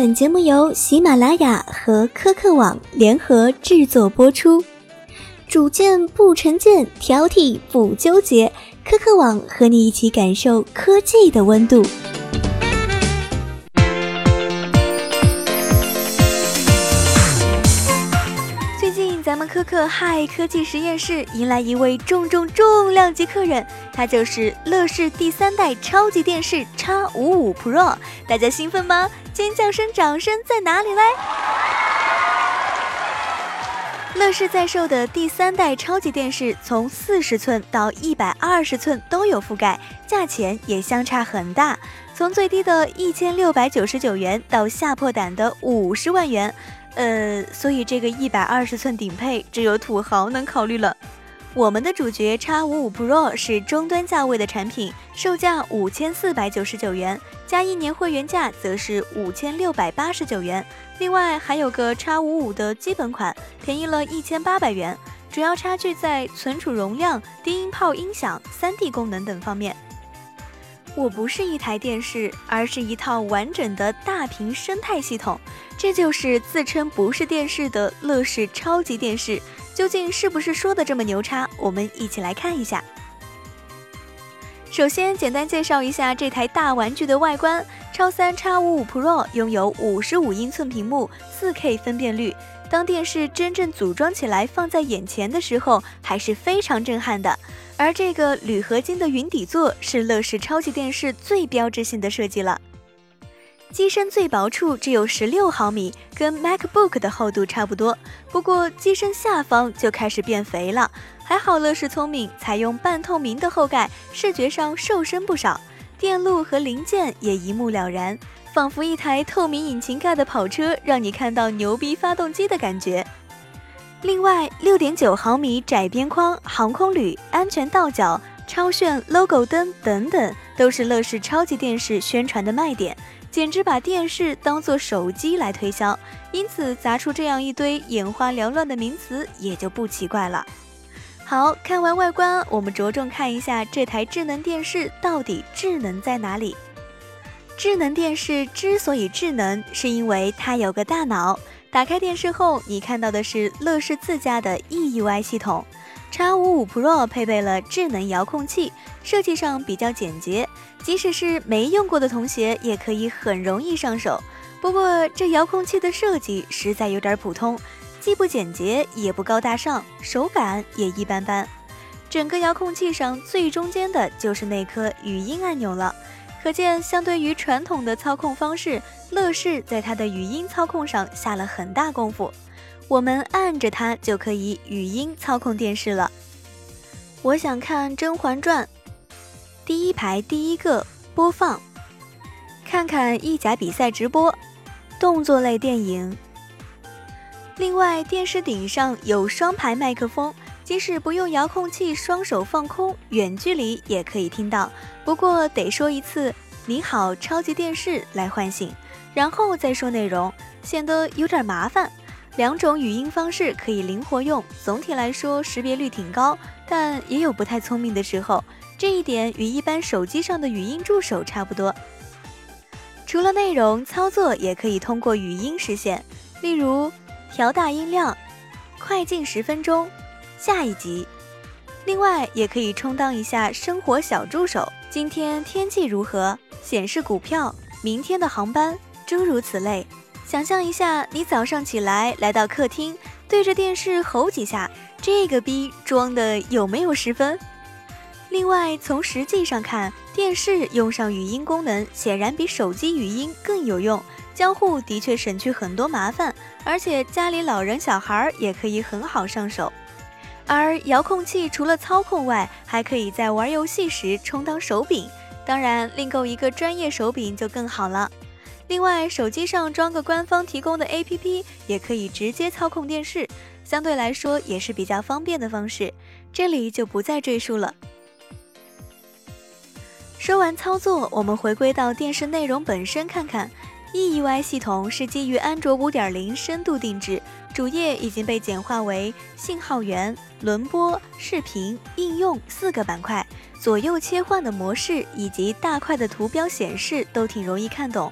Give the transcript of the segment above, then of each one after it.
本节目由喜马拉雅和科客网联合制作播出。主见不成见，挑剔不纠结，科客网和你一起感受科技的温度。最近咱们科客嗨科技实验室迎来一位重量级客人，他就是乐视第3代超级电视 X55 Pro， 大家兴奋吗？尖叫声掌声在哪里嘞？乐视在售的第3代超级电视从40寸到120寸都有覆盖，价钱也相差很大，从最低的1699元到下破胆的50万元。所以这个120寸顶配只有土豪能考虑了。我们的主角 X55 Pro 是中端价位的产品，售价5499元，加1年会员价则是5689元。另外还有个 X55 的基本款，便宜了1800元，主要差距在存储容量、低音炮音响、3D 功能等方面。我不是一台电视，而是一套完整的大屏生态系统，这就是自称不是电视的乐视超级电视。究竟是不是说的这么牛叉？我们一起来看一下。首先简单介绍一下这台大玩具的外观。超3 X55 Pro 拥有55英寸屏幕， 4K 分辨率，当电视真正组装起来放在眼前的时候还是非常震撼的。而这个铝合金的云底座是乐视超级电视最标志性的设计了。机身最薄处只有16毫米，跟 MacBook 的厚度差不多，不过机身下方就开始变肥了。还好乐视聪明，采用半透明的后盖，视觉上瘦身不少，电路和零件也一目了然，仿佛一台透明引擎盖的跑车，让你看到牛逼发动机的感觉。另外 6.9 毫米窄边框、航空铝、安全倒角、超炫 logo 灯等等，都是乐视超级电视宣传的卖点，简直把电视当作手机来推销，因此砸出这样一堆眼花缭乱的名词也就不奇怪了。好，看完外观，我们着重看一下这台智能电视到底智能在哪里。智能电视之所以智能，是因为它有个大脑。打开电视后，你看到的是乐视自家的 EUI 系统。X55 Pro 配备了智能遥控器，设计上比较简洁，即使是没用过的同学也可以很容易上手。不过这遥控器的设计实在有点普通，既不简洁也不高大上，手感也一般般。整个遥控器上最中间的就是那颗语音按钮了，可见相对于传统的操控方式，乐视在它的语音操控上下了很大功夫。我们按着它就可以语音操控电视了。我想看《甄嬛传》，第一排第一个播放，看看意甲比赛直播，动作类电影。另外电视顶上有双排麦克风，即使不用遥控器双手放空，远距离也可以听到，不过得说一次你好超级电视来唤醒，然后再说内容，显得有点麻烦。2种语音方式可以灵活用，总体来说识别率挺高，但也有不太聪明的时候，这一点与一般手机上的语音助手差不多。除了内容，操作也可以通过语音实现，例如调大音量、快进10分钟、下一集。另外也可以充当一下生活小助手，今天天气如何，显示股票，明天的航班，诸如此类。想象一下，你早上起来来到客厅，对着电视吼几下，这个逼装的有没有10分？另外从实际上看，电视用上语音功能显然比手机语音更有用，交互的确省去很多麻烦，而且家里老人小孩也可以很好上手。而遥控器除了操控外，还可以在玩游戏时充当手柄，当然另购一个专业手柄就更好了。另外手机上装个官方提供的 APP 也可以直接操控电视，相对来说也是比较方便的方式，这里就不再赘述了。说完操作，我们回归到电视内容本身看看。EUI 系统是基于安卓 5.0 深度定制，主页已经被简化为信号源、轮播、视频、应用4个板块，左右切换的模式以及大块的图标显示都挺容易看懂。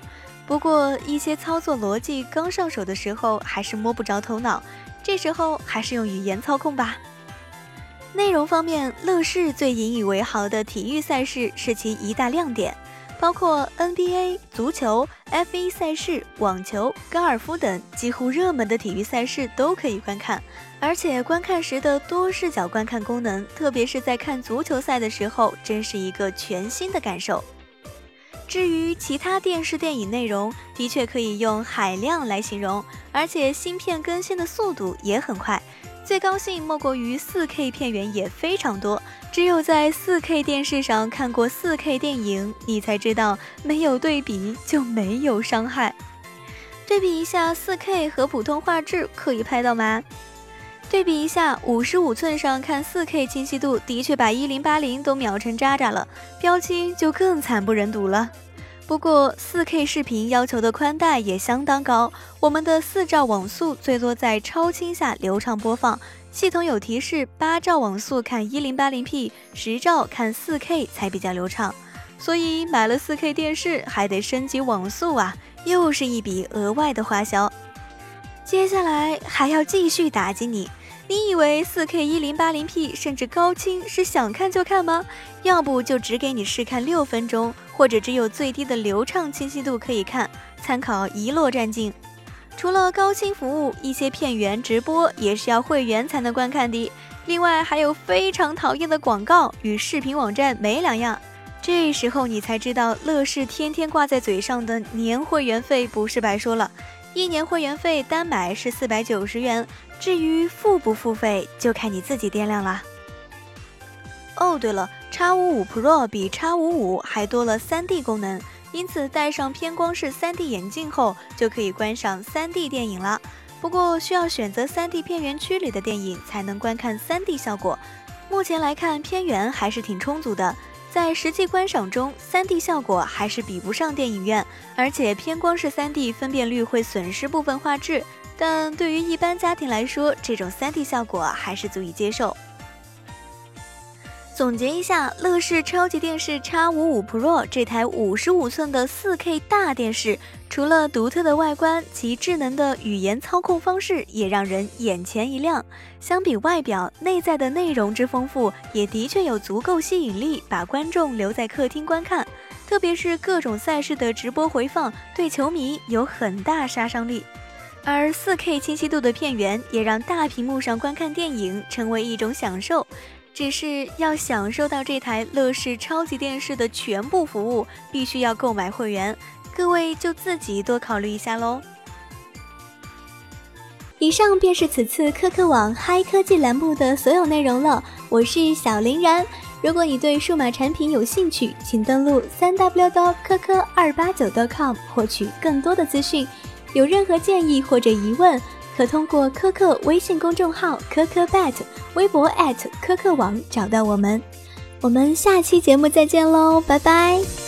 不过一些操作逻辑刚上手的时候还是摸不着头脑，这时候还是用语言操控吧。内容方面，乐视最引以为豪的体育赛事是其一大亮点，包括 NBA、足球、F1 赛事、网球、高尔夫等几乎热门的体育赛事都可以观看，而且观看时的多视角观看功能，特别是在看足球赛的时候，真是一个全新的感受。至于其他电视电影内容，的确可以用海量来形容，而且芯片更新的速度也很快。最高兴莫过于 4K 片源也非常多，只有在 4K 电视上看过 4K 电影，你才知道没有对比就没有伤害。对比一下 4K 和普通画质可以拍到吗？对比一下55寸上看 4K 清晰度，的确把1080都秒成渣渣了，标清就更惨不忍睹了。不过 4K 视频要求的宽带也相当高，我们的4兆网速最多在超清下流畅播放，系统有提示8兆网速看 1080p， 10兆看 4K 才比较流畅，所以买了 4K 电视还得升级网速啊，又是一笔额外的花销。接下来还要继续打击你，你以为 4K 1080p 甚至高清是想看就看吗？要不就只给你试看6分钟，或者只有最低的流畅清晰度可以看，参考一落战境。除了高清服务，一些片源直播也是要会员才能观看的，另外还有非常讨厌的广告，与视频网站没两样。这时候你才知道乐视天天挂在嘴上的年会员费不是白说了，一年会员费单买是490元，至于付不付费就看你自己掂量了。哦对了，X55 Pro 比 X55 还多了 3D 功能，因此戴上偏光式 3D 眼镜后就可以观赏 3D 电影了。不过需要选择 3D 片源区里的电影才能观看 3D 效果，目前来看片源还是挺充足的，在实际观赏中 3D 效果还是比不上电影院，而且偏光式 3D 分辨率会损失部分画质，但对于一般家庭来说，这种 3D 效果还是足以接受。总结一下，乐视超级电视 X55 Pro 这台55寸的 4K 大电视，除了独特的外观，其智能的语言操控方式也让人眼前一亮。相比外表，内在的内容之丰富，也的确有足够吸引力，把观众留在客厅观看。特别是各种赛事的直播回放，对球迷有很大杀伤力。而 4K 清晰度的片源，也让大屏幕上观看电影成为一种享受。只是要享受到这台乐视超级电视的全部服务，必须要购买会员，各位就自己多考虑一下喽。以上便是此次科科网嗨科技栏目的所有内容了，我是小林然。如果你对数码产品有兴趣，请登录3w.kk289.com 获取更多的资讯。有任何建议或者疑问，可通过科科微信公众号科科 bet， 微博科科网找到我们。我们下期节目再见喽，拜拜。